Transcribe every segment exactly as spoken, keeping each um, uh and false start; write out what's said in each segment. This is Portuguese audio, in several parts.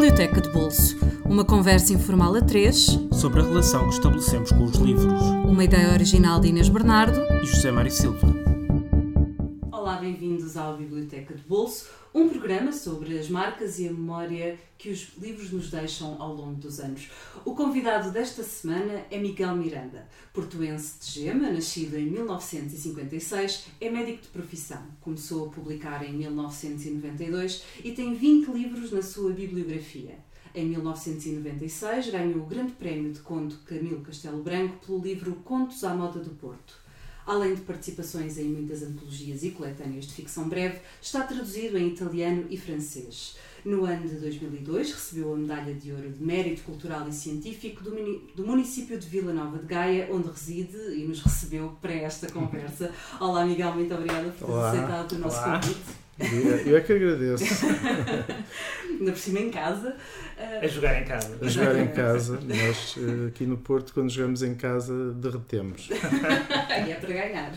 Biblioteca de Bolso, uma conversa informal a três sobre a relação que estabelecemos com os livros. Uma ideia original de Inês Bernardo e José Mário Silva. Olá, bem-vindos ao Biblioteca de Bolso, um programa sobre as marcas e a memória que os livros nos deixam ao longo dos anos. O convidado desta semana é Miguel Miranda, portuense de Gema, nascido em mil novecentos e cinquenta e seis, é médico de profissão. Começou a publicar em mil novecentos e noventa e dois e tem vinte livros na sua bibliografia. Em mil novecentos e noventa e seis ganhou o Grande Prémio de Conto Camilo Castelo Branco pelo livro Contos à Moda do Porto. Além de participações em muitas antologias e coletâneas de ficção breve, está traduzido em italiano e francês. No ano de dois mil e dois, recebeu a Medalha de Ouro de Mérito Cultural e Científico do, mini, do município de Vila Nova de Gaia, onde reside e nos recebeu para esta conversa. Olá, Miguel, muito obrigada por ter aceitado o nosso Olá. convite. Eu é que agradeço. Ainda por cima em casa. A jogar em casa. A jogar em casa. Nós aqui no Porto, quando jogamos em casa, derretemos. E é para ganhar.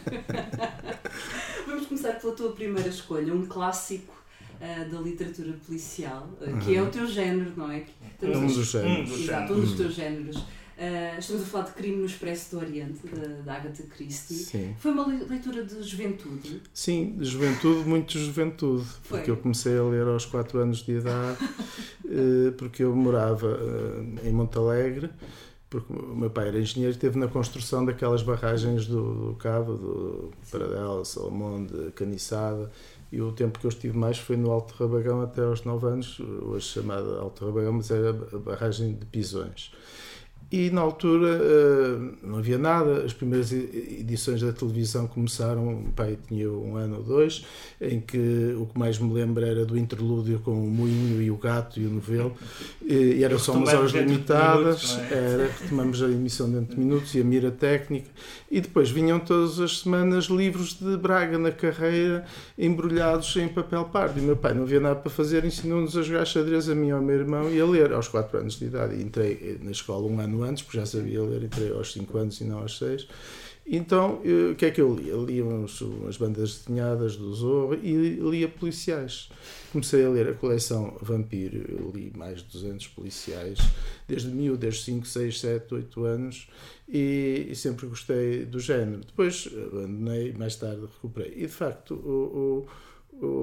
Vamos começar pela tua primeira escolha, um clássico uh, da literatura policial, uh, que é o teu género, não é? É um dos géneros. Exato, um dos teus géneros. Uh, estamos a falar de Crime no Expresso do Oriente, da Agatha Christie. Sim. Foi uma leitura de juventude? Sim, de juventude, muito de juventude. Foi. Porque eu comecei a ler aos quatro anos de idade, uh, porque eu morava uh, em Montalegre, porque o meu pai era engenheiro e esteve na construção daquelas barragens do, do Cabo, do Paradela, Salomão, de Caniçada, e o tempo que eu estive mais foi no Alto Rabagão até aos nove anos, hoje chamada Alto Rabagão, mas era a barragem de Pisões. E na altura não havia nada, as primeiras edições da televisão começaram, o pai tinha um ano ou dois, em que o que mais me lembro era do interlúdio com o moinho e o gato e o novelo, e eram só umas horas limitadas, minutos, é? Era, retomamos a emissão dentro de minutos e a mira técnica, e depois vinham todas as semanas livros de Braga na carreira, embrulhados em papel pardo, e meu pai não havia nada para fazer, ensinou-nos a jogar xadrez a mim e ao meu irmão e a ler aos quatro anos de idade, e entrei na escola um ano antes, porque já sabia ler, entrei aos cinco anos e não aos seis. Então, o que é que eu lia? Eu lia uns, umas bandas desenhadas do Zorro e lia policiais. Comecei a ler a coleção Vampiro, eu li mais de duzentos policiais, desde mil, desde cinco, seis, sete, oito anos, e, e sempre gostei do género. Depois abandonei, mais tarde recuperei. E, de facto, o... o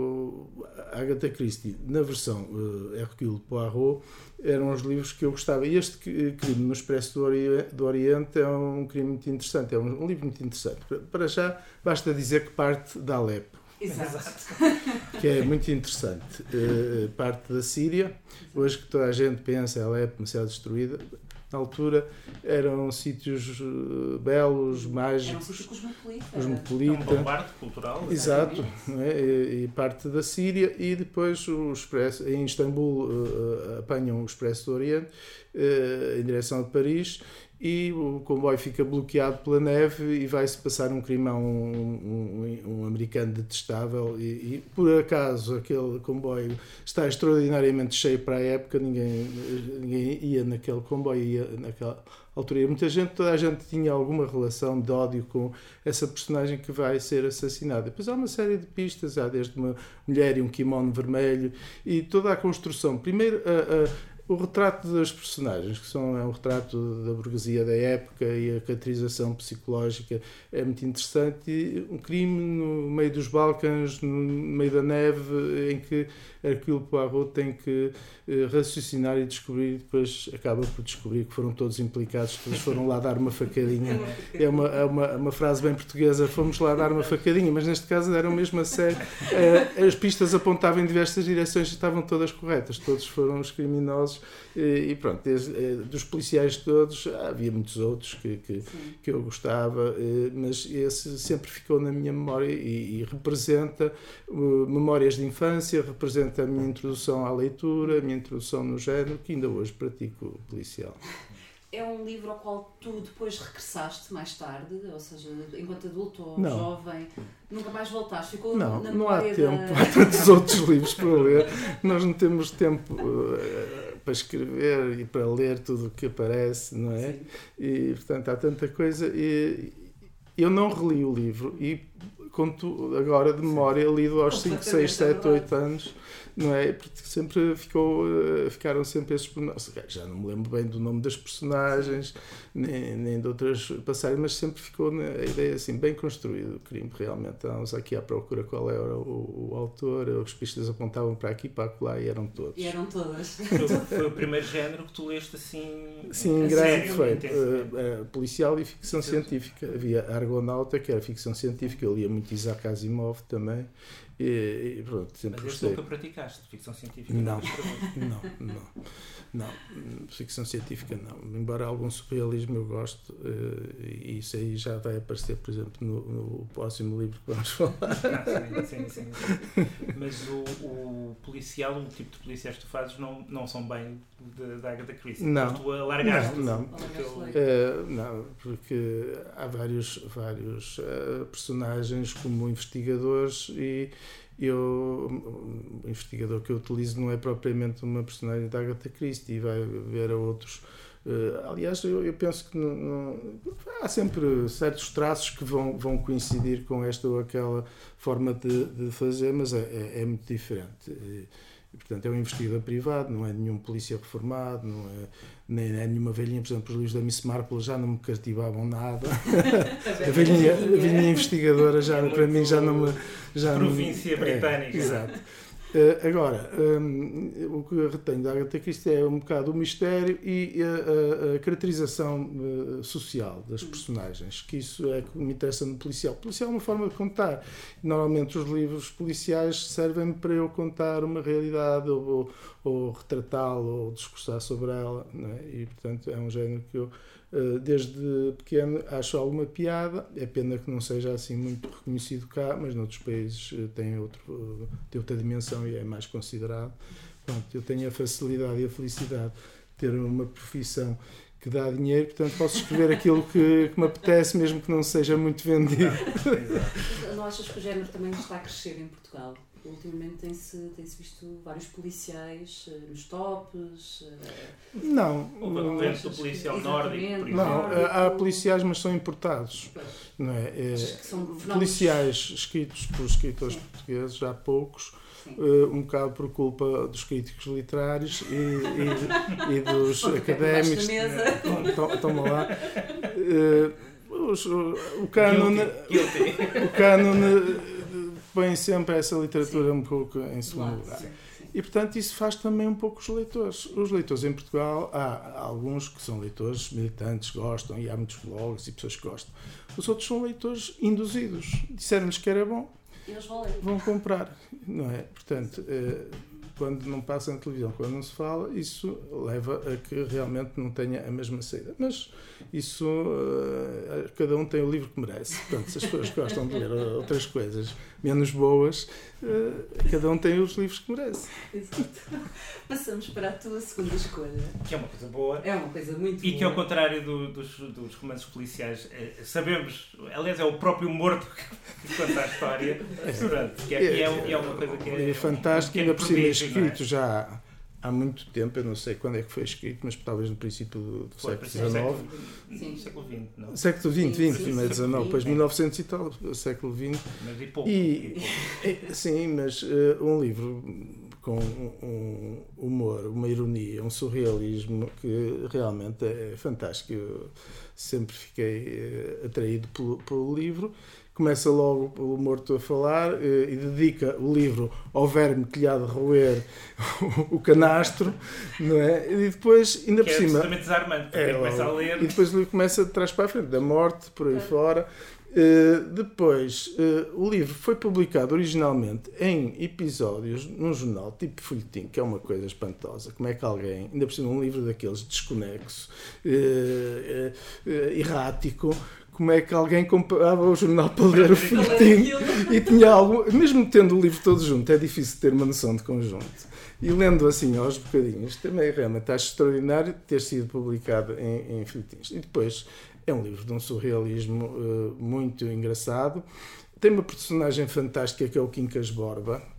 O Agatha Christie, na versão uh, Hercule Poirot, eram os livros que eu gostava. E este Crime no Expresso do, Ori- do Oriente é um crime muito interessante, é um, um livro muito interessante. Para já, basta dizer que parte de Alepo. Exato. Que é muito interessante. Uh, parte da Síria, hoje que toda a gente pensa Alepo, uma cidade destruída. Na altura eram sítios uh, belos, mágicos. Era um sítio cosmopolita. cosmopolita. É um baluarte cultural. Exato, não é? e, e parte da Síria, e depois o expresso, em Istambul uh, apanham o Expresso do Oriente uh, em direção a Paris, e o comboio fica bloqueado pela neve e vai-se passar um crime a um, um, um americano detestável, e, e por acaso aquele comboio está extraordinariamente cheio para a época, ninguém, ninguém ia naquele comboio, ia naquela altura, e muita gente, toda a gente tinha alguma relação de ódio com essa personagem que vai ser assassinada. Depois há uma série de pistas, há desde uma mulher e um kimono vermelho, e toda a construção, primeiro a, a o retrato das personagens, que são, é um retrato da burguesia da época, e a caracterização psicológica é muito interessante. E um crime no meio dos Balcãs, no meio da neve, em que Hercule Poirot tem que eh, raciocinar e descobrir, e depois acaba por descobrir que foram todos implicados, que eles foram lá dar uma facadinha. É uma, é uma, uma frase bem portuguesa, fomos lá dar uma facadinha, mas neste caso eram mesmo a sério. Eh, as pistas apontavam em diversas direções e estavam todas corretas, todos foram os criminosos. E pronto, desde, dos policiais todos, havia muitos outros que, que, que eu gostava, mas esse sempre ficou na minha memória, e, e representa uh, memórias de infância, representa a minha introdução à leitura, a minha introdução no género, que ainda hoje pratico policial. É um livro ao qual tu depois regressaste mais tarde, ou seja, enquanto adulto ou não. jovem, nunca mais voltaste? Ficou não, na não há memória tempo, da... há tantos outros livros para ler, nós não temos tempo uh, para escrever e para ler tudo o que aparece, não é? Sim. E portanto há tanta coisa, e eu não reli o livro, e conto agora de memória, lido aos cinco, seis, sete, oito anos, não é? Porque sempre ficou, ficaram sempre esses pormenores. Já não me lembro bem do nome das personagens, nem, nem de outras passagens, mas sempre ficou a ideia assim, bem construída do crime. Realmente estávamos aqui à procura qual era o, o autor, os pistas apontavam para aqui, para lá e eram todos. E eram todas. Foi, foi o primeiro género que tu leste assim... Sim, grande foi. Uh, uh, policial e ficção científica. Havia Argonauta, que era ficção científica, eu lia muito Isaac Asimov também. E, e pronto, sempre Mas gostei. nunca praticaste ficção científica? Não, não, não, não. Ficção científica não. Embora algum surrealismo eu gosto, e isso aí já vai aparecer, por exemplo, no, no próximo livro que vamos falar. Não, sim, sim, sim, sim. Mas o, o policial, o tipo de policiais que tu fazes não, não são bem da Agatha Christie. Não. Tu alargaste. Não, não. Uh, não, porque há vários, vários uh, personagens como investigadores e eu, o investigador que eu utilizo não é propriamente uma personagem da Agatha Christie, vai ver a outros. Uh, aliás, eu, eu penso que não, não, há sempre certos traços que vão, vão coincidir com esta ou aquela forma de, de fazer, mas é, é, é muito diferente. E, e, portanto, é um investigador privado, não é nenhum polícia reformado, não é, nem é nenhuma velhinha. Por exemplo, os livros da Miss Marple já não me cativavam nada. a, velhinha, a velhinha investigadora já, é para mim já não me... Já província não, britânica. É, exato. Uh, agora, um, o que eu retenho da Agatha Christie é um bocado o mistério e a, a, a caracterização uh, social das personagens, que isso é que me interessa no policial. O policial é uma forma de contar. Normalmente os livros policiais servem para eu contar uma realidade ou, ou, ou retratá-la ou discursar sobre ela, não é? E, portanto, é um género que eu, uh, desde pequeno, acho alguma piada. É pena que não seja assim muito reconhecido cá, mas noutros países uh, tem, outro, uh, tem outra dimensão e é mais considerado. Pronto, eu tenho a facilidade e a felicidade de ter uma profissão que dá dinheiro, portanto posso escrever aquilo que, que me apetece, mesmo que não seja muito vendido. Não achas que o género também está a crescer em Portugal? Ultimamente tem-se, tem-se visto vários policiais uh, nos tops. Uh, não. O vento do policial nórdico, por exemplo. Não, há policiais, mas são importados. Não é? É, são policiais escritos por escritores Sim. portugueses, há poucos. Uh, um bocado por culpa dos críticos literários e, e, e dos Bom, académicos. Toma lá. Uh, os, o, o cânone. O cânone põe sempre essa literatura sim. um pouco em segundo lugar. Sim, sim. E, portanto, isso faz também um pouco os leitores. Os leitores em Portugal, há alguns que são leitores militantes, gostam, e há muitos blogs e pessoas que gostam. Os outros são leitores induzidos. Disseram-lhes que era bom, eles vão ler. Vão comprar, não é? Portanto, quando não passa na televisão, quando não se fala, isso leva a que realmente não tenha a mesma saída. Mas isso, cada um tem o livro que merece. Portanto, se as pessoas gostam de ler outras coisas menos boas, cada um tem os livros que merece. Exato. Passamos para a tua segunda escolha. Que é uma coisa boa. É uma coisa muito e boa. Que, ao contrário do, dos, dos romances policiais, sabemos, aliás, é o próprio morto que conta a história. Pronto, que é, é, é, é uma coisa que é, é fantástico, um, ainda por cima escrito é? já há muito tempo, eu não sei quando é que foi escrito, mas talvez no princípio do, do século dezenove. Sim, século vinte, não? Século vinte, sim, vinte, sim, não é dezenove, depois sim. mil e novecentos e tal, século vinte. Mas e pouco. E, e pouco. Sim, mas uh, um livro com um humor, uma ironia, um surrealismo que realmente é fantástico. Eu sempre fiquei uh, atraído pelo, pelo livro. Começa logo pelo morto a falar uh, e dedica o livro ao verme que lhe há de roer o canastro, não é? E depois, ainda que por é cima... absolutamente desarmante, porque é, começa a ler... E depois o livro começa de trás para a frente, da morte, por aí é. fora. Uh, depois, uh, o livro foi publicado originalmente em episódios num jornal tipo folhetim, que é uma coisa espantosa. Como é que alguém, ainda por cima um livro daqueles desconexo, uh, uh, uh, errático, como é que alguém comprava o jornal para ler o folhetim e tinha algo, mesmo tendo o livro todo junto, é difícil ter uma noção de conjunto. E lendo assim aos bocadinhos, também realmente acho extraordinário ter sido publicado em, em folhetins. E depois é um livro de um surrealismo uh, muito engraçado. Tem uma personagem fantástica que é o Quincas Borba,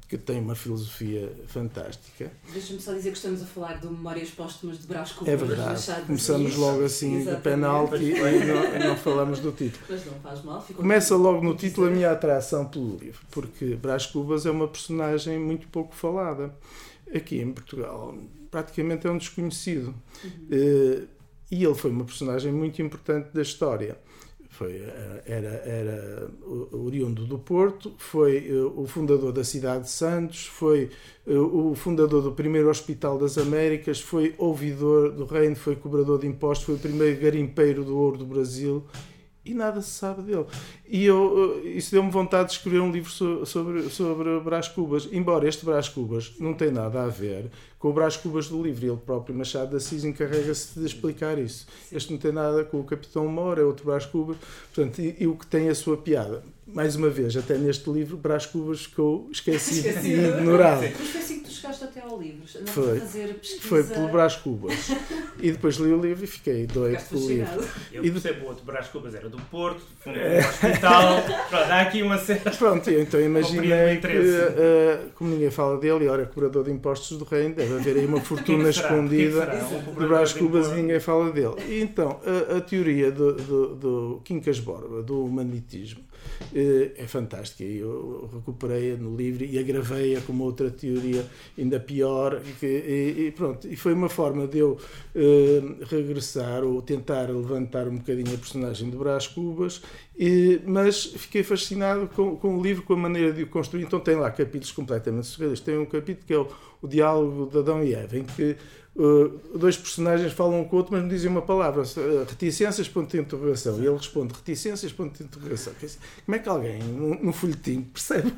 que tem uma filosofia fantástica. Deixa-me só dizer que estamos a falar de Memórias Póstumas de Brás Cubas. É verdade, começamos logo assim de penalti e não, não falamos do título. Mas não faz mal. Começa logo no título a minha atração pelo livro, porque Brás Cubas é uma personagem muito pouco falada. Aqui em Portugal, praticamente é um desconhecido. Uhum. E ele foi uma personagem muito importante da história. Foi, era, era oriundo do Porto, foi uh, o fundador da cidade de Santos, foi uh, o fundador do primeiro Hospital das Américas, foi ouvidor do reino, foi cobrador de impostos, foi o primeiro garimpeiro do ouro do Brasil e nada se sabe dele. E eu, uh, isso deu-me vontade de escrever um livro so, sobre, sobre Brás Cubas, embora este Brás Cubas não tenha nada a ver com o Brás Cubas do livro. Ele próprio, Machado de Assis, encarrega-se de explicar isso. Sim. Este não tem nada com o Capitão Mora, é outro Brás Cubas. Portanto, e, e o que tem a sua piada. Mais uma vez, até neste livro, Brás Cubas ficou esquecido e ignorado. Mas foi assim que tu chegaste até ao livro? Foi. Fazer pesquisa... Foi pelo Brás Cubas. E depois li o livro e fiquei doido pelo livro. Eu percebo, o outro Brás Cubas era do Porto, fundou um hospital. Pronto, há aqui uma cena. Pronto, então imaginei que, uh, como ninguém fala dele, e ora, cobrador de impostos do reino, deve haver aí uma fortuna escondida do Brás Cubas e ninguém fala dele. E então, a, a teoria do, do, do Quincas Borba, do humanitismo, é fantástica. Eu recuperei-a no livro e agravei-a com outra teoria ainda pior e, e, e pronto, e foi uma forma de eu uh, regressar ou tentar levantar um bocadinho a personagem de Brás Cubas, e, mas fiquei fascinado com, com o livro, com a maneira de o construir. Então tem lá capítulos completamente surrealistas. Tem um capítulo que é o, o diálogo de Adão e Eva, em que Uh, dois personagens falam um com o outro, mas não dizem uma palavra. Uh, reticências, ponto de interrogação. E ele responde, reticências, ponto de interrogação. Como é que alguém, num, num folhetim, percebe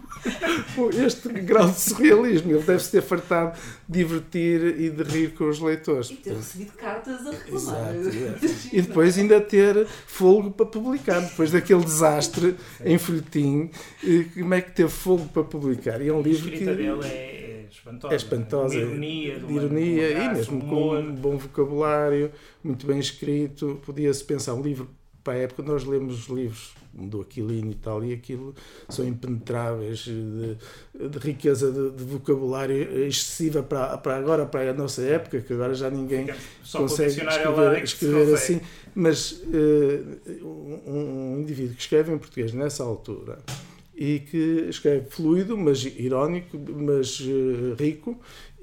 este grau de surrealismo? Ele deve-se ter fartado de divertir e de rir com os leitores. E ter recebido cartas a reclamar. Exato, é. E depois ainda ter fôlego para publicar. Depois daquele desastre em folhetim, como é que teve fôlego para publicar? E é um livro a escrita que... dele é... espantosa, é espantosa, de ironia, de ironia uma, e mesmo com um bom vocabulário, muito bem escrito. Podia-se pensar, um livro, para a época nós lemos os livros do Aquilino e tal, e aquilo são impenetráveis, de, de riqueza de, de vocabulário excessiva para, para agora, para a nossa época, que agora já ninguém consegue escrever, escrever assim, mas uh, um, um indivíduo que escreve em português nessa altura e que escreve fluido, mas irónico, mas uh, rico,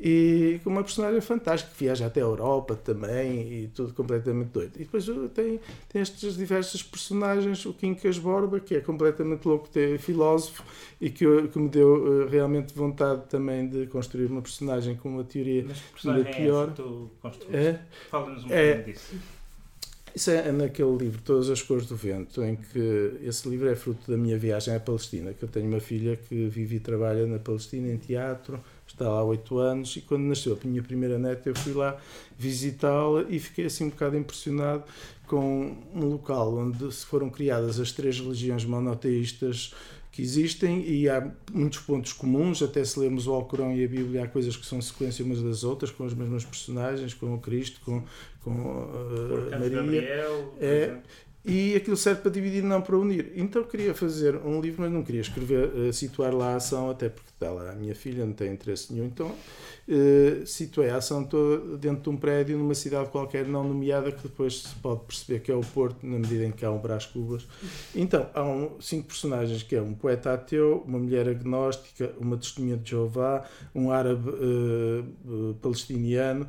e com uma personagem fantástica, que viaja até a Europa também, e tudo completamente doido. E depois uh, tem, tem estas diversas personagens, o Quincas Borba, que é completamente louco, é filósofo, e que, que me deu uh, realmente vontade também de construir uma personagem com uma teoria ainda pior. É que tu construíste? É, Fala-nos um é, pouquinho disso. Isso é naquele livro, Todas as Cores do Vento, em que esse livro é fruto da minha viagem à Palestina, que eu tenho uma filha que vive e trabalha na Palestina em teatro, está lá há oito anos, e quando nasceu a minha primeira neta eu fui lá visitá-la e fiquei assim um bocado impressionado com um local onde se foram criadas as três religiões monoteístas que existem, e há muitos pontos comuns, até se lermos o Alcorão e a Bíblia há coisas que são sequência umas das outras, com as mesmas personagens, com o Cristo, com, com uh, Maria. Gabriel, é, e aquilo serve para dividir, não para unir. Então queria fazer um livro, mas não queria escrever, uh, situar lá a ação, até porque está lá a minha filha, não tem interesse nenhum. Então uh, situei a ação toda dentro de um prédio, numa cidade qualquer não nomeada, que depois se pode perceber que é o Porto, na medida em que há um Brás Cubas. Então há um, cinco personagens, que é um poeta ateu, uma mulher agnóstica, uma testemunha de Jeová, um árabe uh, uh, palestiniano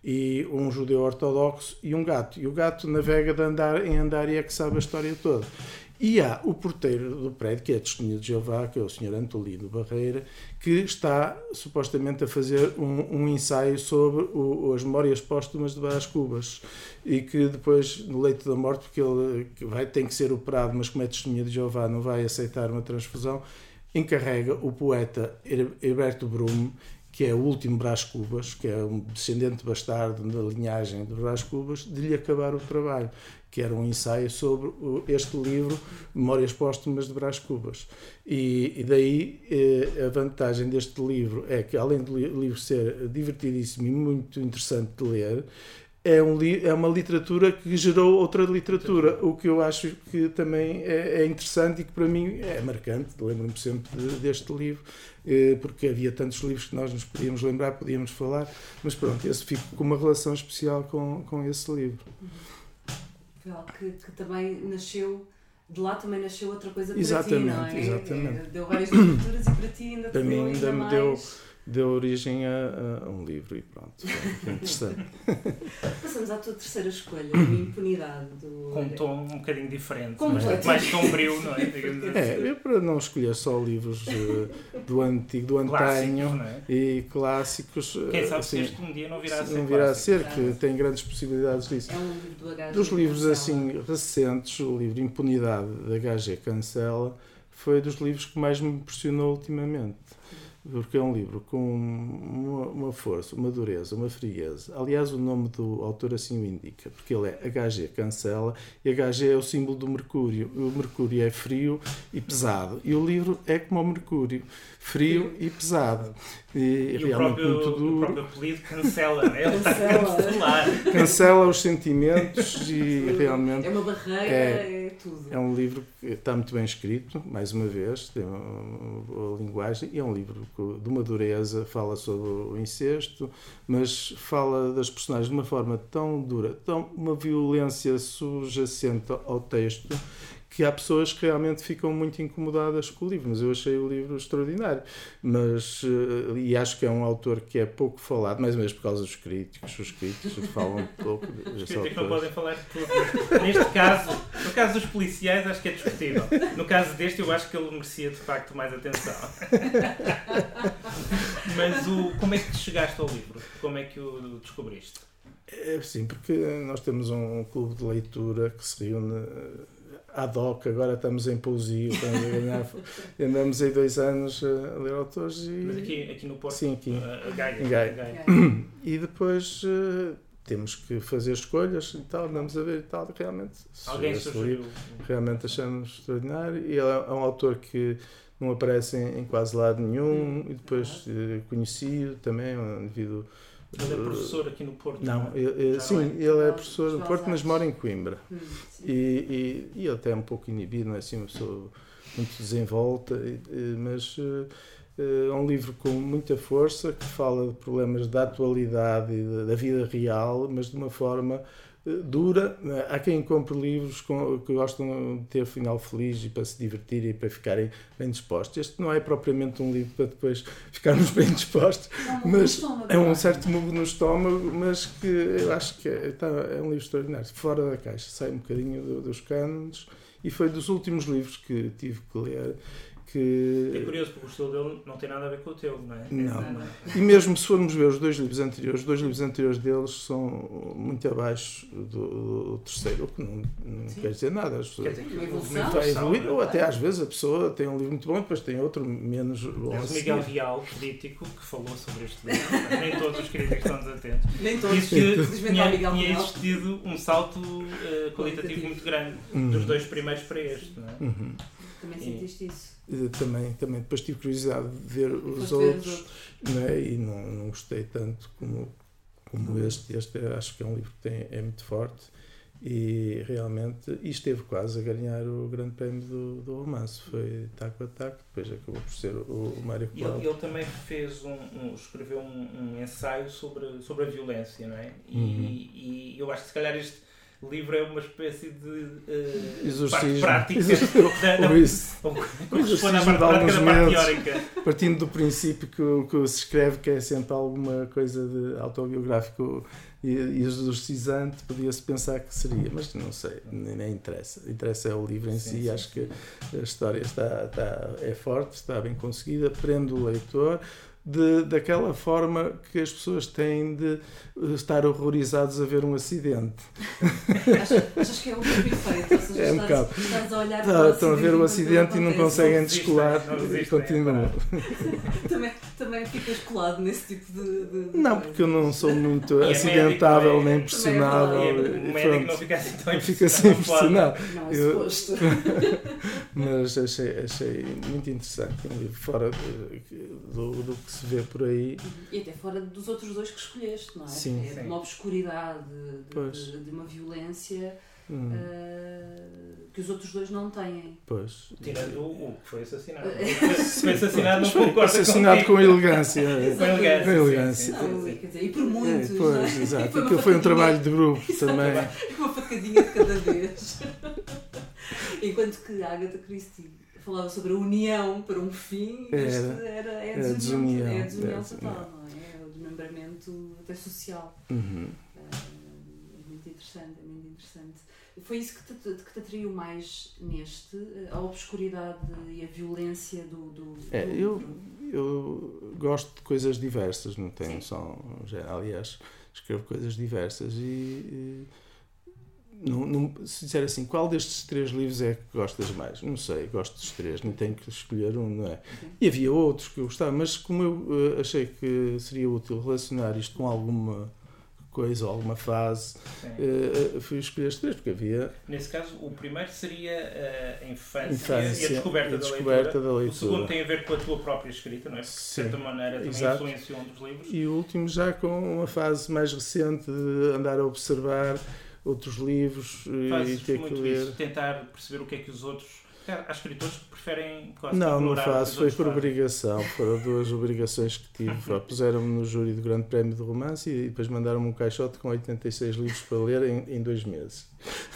e um judeu ortodoxo e um gato. E o gato navega de andar em andar e é que sabe a história toda. E há o porteiro do prédio, que é a testemunha de Jeová, que é o senhor Antolino Barreira, que está supostamente a fazer um, um ensaio sobre o, as memórias póstumas de Brás Cubas, e que depois, no leito da morte, porque ele vai, tem que ser operado, mas como é testemunha de Jeová não vai aceitar uma transfusão, encarrega o poeta Herberto Brum, que é o último Brás Cubas, que é um descendente bastardo da linhagem de Brás Cubas, de lhe acabar o trabalho, que era um ensaio sobre este livro, Memórias Póstumas de Brás Cubas. E, e daí eh, a vantagem deste livro é que, além do livro ser divertidíssimo e muito interessante de ler, é, um, é uma literatura que gerou outra literatura, o que eu acho que também é, é interessante e que para mim é marcante. Lembro-me sempre de, deste livro, porque havia tantos livros que nós nos podíamos lembrar, podíamos falar, mas pronto, esse fico com uma relação especial com, com esse livro. Uhum. Que, que também nasceu, de lá também nasceu outra coisa para exatamente, ti, não é? Exatamente. É, deu várias literaturas e para ti ainda para te mim deu ainda me mais... deu, deu origem a, a um livro e pronto, é interessante. Passamos à tua terceira escolha, a Impunidade. Do... Com um tom um bocadinho diferente, Como mas mais sombrio, não é? Digamos assim. É, eu para não escolher só livros uh, do antigo, do antanho é? e clássicos. Quem sabe assim, se este um dia não virá a ser não virá a ser, clássico. que tem grandes possibilidades disso. É um livro do H G Dos livros Cancela. assim recentes, o livro Impunidade da H G Cancela foi dos livros que mais me impressionou ultimamente. Porque é um livro com uma, uma força, uma dureza, uma frieza. Aliás, o nome do autor assim o indica, porque ele é H G Cancela e H G é o símbolo do Mercúrio. O Mercúrio é frio e pesado. E o livro é como o Mercúrio, frio e pesado. E, e realmente o, próprio, muito duro. o próprio apelido cancela, né? Ele está Cancela. a cancelar. Cancela os sentimentos e realmente... É uma barreira, É, é tudo. É um livro que está muito bem escrito, mais uma vez, tem uma boa linguagem, e é um livro de uma dureza, fala sobre o incesto, mas fala das personagens de uma forma tão dura, tão uma violência subjacente ao texto, que há pessoas que realmente ficam muito incomodadas com o livro, mas eu achei o livro extraordinário. Mas, e acho que é um autor que é pouco falado, mais uma vez por causa dos críticos, os críticos falam um pouco. Os críticos não podem falar de tudo. Neste caso, no caso dos policiais, acho que é discutível. No caso deste, eu acho que ele merecia de facto mais atenção. Mas o, como é que chegaste ao livro? Como é que o descobriste? É, sim, porque nós temos um clube de leitura que se reúne ad hoc, agora estamos em pousio, estamos a ganhar, andamos aí dois anos a ler autores e... Mas aqui, aqui no Porto? Sim, aqui. A, a Gaia. Em Gaia. A Gaia. E depois uh, temos que fazer escolhas e tal, andamos a ver e tal, realmente... Alguém sugeriu? Livro, realmente achamos extraordinário e ele é um autor que não aparece em, em quase lado nenhum e depois uh, conhecido também, um indivíduo... Ele é professor aqui no Porto? Não, não é? ele, sim, é? ele é professor no Porto, mas Artes. mora em Coimbra. Hum, e, e, e ele até é um pouco inibido, não é assim, uma pessoa muito desenvolta, e, e, mas uh, uh, é um livro com muita força, que fala de problemas da atualidade e da, da vida real, mas de uma forma uh, dura. Há quem compre livros com, que gostam de ter final feliz e para se divertirem e para ficarem bem dispostos. Este não é propriamente um livro para depois ficarmos bem dispostos, um mas estômago, é um certo murro no estômago, mas que eu acho que é, tá, é um livro extraordinário, fora da caixa, sai um bocadinho do, dos cânones e foi dos últimos livros que tive que ler. Que... É curioso porque o estilo dele não tem nada a ver com o teu, não é? Não. não. E mesmo se formos ver os dois livros anteriores, os dois livros anteriores deles são muito abaixo do, do terceiro, o que não, não quer dizer nada. As pessoas Quer dizer, Uma evolução. uma vai evolução, evoluir, ou até às vezes a pessoa tem um livro muito bom e depois tem outro menos bom. Temos o Miguel Real, crítico, que falou sobre este livro. Nem todos os críticos estão desatentos. Nem todos. Disse que Felizmente tinha, ao Miguel tinha Real. existido um salto uh, qualitativo muito grande Uhum. dos dois primeiros para este, não é? Uhum. Também sentiste isso? E também, também depois tive curiosidade de ver os Foste ver outros, os outros. não é? E não, não gostei tanto como, como este. Este acho que é um livro que tem, é muito forte e realmente e esteve quase a ganhar o grande prémio do, do romance. Foi taco a taco, depois acabou por ser o, o Mário E Cláudio. ele, ele também fez um, um, escreveu um, um ensaio sobre, sobre a violência, não é? E, Uhum. e eu acho que se calhar este livro é uma espécie de uh, Exorcismo. parte prática Exorcismo. da, da, Ou isso. ou corresponde à Exorcismo parte de prática alguns da parte medos. teórica. Partindo do princípio que, o- que se escreve que é sempre alguma coisa de autobiográfico e, e exorcizante, podia-se pensar que seria, mas não sei, nem, nem interessa. Interessa é o livro em Sim, si, sim, acho sim. que a história está, está, é forte, está bem conseguida, prende o leitor de, daquela forma que as pessoas têm de estar horrorizados a ver um acidente. Achas, achas que é um livro perfeito? Ou seja, É um estás, bocado. estás a olhar Tá, para o estão a ver o enquanto acidente e não acontece. conseguem Não resistem, descolar não e resistem, continuam. Também, também ficas colado nesse tipo de... de, de Não, coisa. porque eu não sou muito E é acidentável médico, nem é- impressionável. E Ah, o e médico pronto. não fica assim tão Eu fico assim impressionado. Não, é Eu- suposto. Mas achei, achei muito interessante, um livro fora de- do, do que se vê por aí. E até fora dos outros dois que escolheste, não é? Sim. É de Sim. uma obscuridade, de, de, de uma violência Hum. uh, que os outros dois não têm. Pois. Tirando o que foi assassinado. Foi assassinado, não concordo assassinado com elegância. Com elegância. Com elegância. Não, quer dizer, e por muitos, É, não pois, é? exato. Foi uma Aquilo foi um facadinha. trabalho de grupo também. Uma facadinha de cada vez. Enquanto que a Agatha Christie falava sobre a união para um fim, Era. este era, é a Era a desunião, desunião. é a desunião É, total, não é? É o desmembramento até social. Uhum. É muito interessante, é muito interessante. Foi isso que te, que te atraiu mais neste, a obscuridade e a violência do, do, É, do eu, livro? eu gosto de coisas diversas, não tenho só. Já, aliás, escrevo coisas diversas e. e não, não, se disser assim, qual destes três livros é que gostas mais? Não sei, gosto dos três, nem tenho que escolher um, não é? Okay. E havia outros que eu gostava, mas como eu uh, achei que seria útil relacionar isto com alguma coisa, alguma fase, uh, fui escolher os três, porque havia... Nesse caso, o primeiro seria a infância, Infância e a descoberta, a descoberta da, da leitura. leitura. O segundo tem a ver com a tua própria escrita, não é? Porque, de Sim. certa maneira, também Exato. influenciou um dos livros. E o último já com uma fase mais recente de andar a observar outros livros Fazes e ter que muito ler. isso, tentar perceber o que é que os outros... Há escritores que preferem quase Não, não ignorar o que faço, os foi outros por fazem. obrigação, foram duas obrigações que tive. Puseram-me no júri do Grande Prémio de Romance e depois mandaram-me um caixote com oitenta e seis livros para ler em, em dois meses.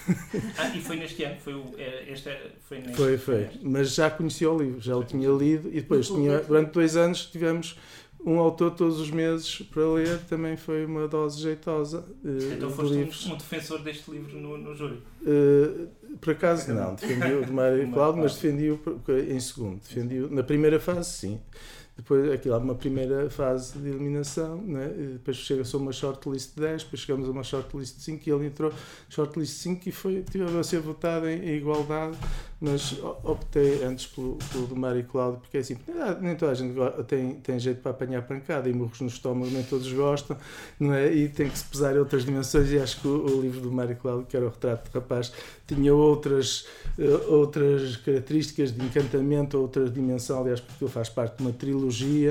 Ah, e foi neste ano? Foi, o, é, este é, foi neste Foi, foi. Mas já conhecia o livro, já o tinha lido e depois tinha, durante dois anos tivemos um autor todos os meses para ler, também foi uma dose jeitosa uh, Então de foste livros. um, um defensor deste livro no, no júri? Uh, por acaso não, defendi o de Mário e Cláudio, mas Claro. defendi-o em segundo. Defendi-o na primeira fase, sim. Depois, aquilo há uma primeira fase de eliminação, né? E depois chega-se a uma shortlist de dez, depois chegamos a uma shortlist de cinco e ele entrou shortlist cinco e foi, tive a ser votado em, em igualdade, mas optei antes pelo, pelo do Mário e Cláudio, porque é assim, nem toda a gente tem, tem jeito para apanhar pancada e murros no estômago, nem todos gostam, não é? E tem que se pesar em outras dimensões e acho que o, o livro do Mário e Cláudio, que era o Retrato de Rapaz, tinha outras, outras características de encantamento, outra dimensão, aliás, porque ele faz parte de uma trilogia e,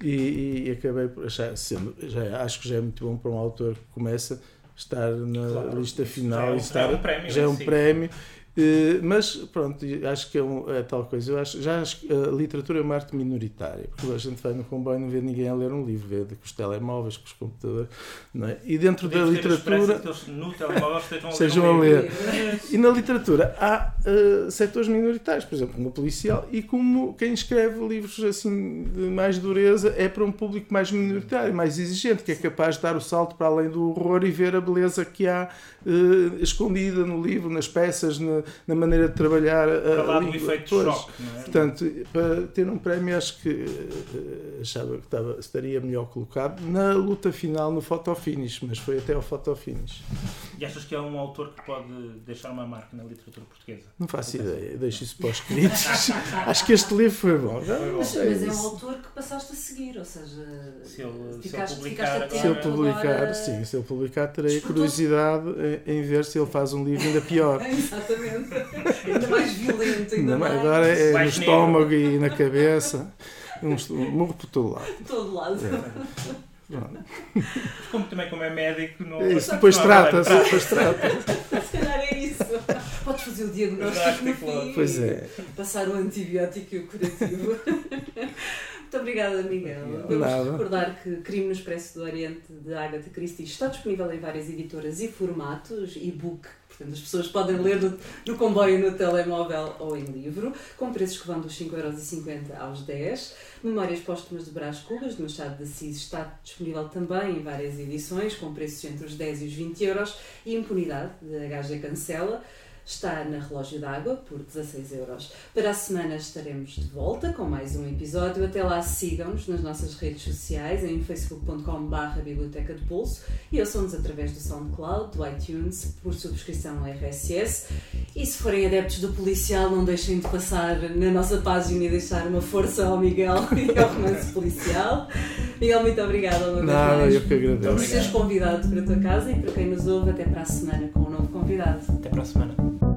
e, e acabei por achar, sendo, já, acho que já é muito bom para um autor que começa a estar na Claro, lista isso final já é um- e estar, já é um prémio, já é um sim. prémio. Uh, mas pronto, acho que é, um, é tal coisa. Eu acho, já acho que a literatura é uma arte minoritária, porque a gente vai no comboio e não vê ninguém a ler um livro, vê com os telemóveis, com os computadores, não é? E dentro da Podemos ter a esperança literatura de que eles no telemóvel estejam a ler sejam um a livro. ler. E na literatura há uh, setores minoritários, por exemplo, como o policial, e como quem escreve livros assim de mais dureza é para um público mais minoritário, mais exigente, que é capaz de dar o salto para além do horror e ver a beleza que há uh, escondida no livro, nas peças, na, na maneira de trabalhar a, Para lá a do língua. efeito de Pois. choque, não é? Portanto, para ter um prémio, acho que uh, achava que estava, estaria melhor colocado na luta final, no fotofinish, mas foi até ao fotofinish. E achas que é um autor que pode deixar uma marca na literatura portuguesa? Não faço ideia, deixo isso para os críticos. Acho que este livro foi bom. Já Foi bom. não Mas, sei mas é um isso. autor que passaste a seguir, ou seja, Se ele- se ele ficaste, publicar ficaste agora- Se ele atento publicar, agora- sim, se ele publicar, terei Escutou-se- curiosidade em, em ver se ele faz um livro ainda pior. Exatamente. Ainda mais violento, ainda, Ainda mais, mais. agora é no Mais negro. estômago e na cabeça. Um, um murro por todo lado. De todo lado. Pronto. Mas como também como é médico, não... Isso depois não, trata-se, não, depois trata. Se calhar é isso. Podes fazer o diagnóstico no Diagnóstico logo. fim. Pois é. Passar o antibiótico e o curativo. Muito obrigada, Miguel. Vamos Nada. recordar que Crime no Expresso do Oriente, de Agatha Christie, está disponível em várias editoras e formatos, e-book, portanto as pessoas podem ler no, no comboio, no telemóvel ou em livro, com preços que vão dos cinco euros e cinquenta aos dez. Memórias Póstumas de Brás Cubas, de Machado de Assis, está disponível também em várias edições, com preços entre os dez e os vinte euros. E Impunidade, de H G Cancela, está na Relógio d'Água por dezasseis euros. Para a semana estaremos de volta com mais um episódio. Até lá, sigam-nos nas nossas redes sociais em facebook ponto com barra biblioteca de bolso e ouçam-nos através do SoundCloud, do iTunes, por subscrição R S S. E se forem adeptos do policial, não deixem de passar na nossa página e deixar uma força ao Miguel e ao Romance Policial. Miguel, muito obrigada uma vez Nada, mais eu que agradeço. por seres convidado para a tua casa e para quem nos ouve, até para a semana com um novo convidado. Até para a semana.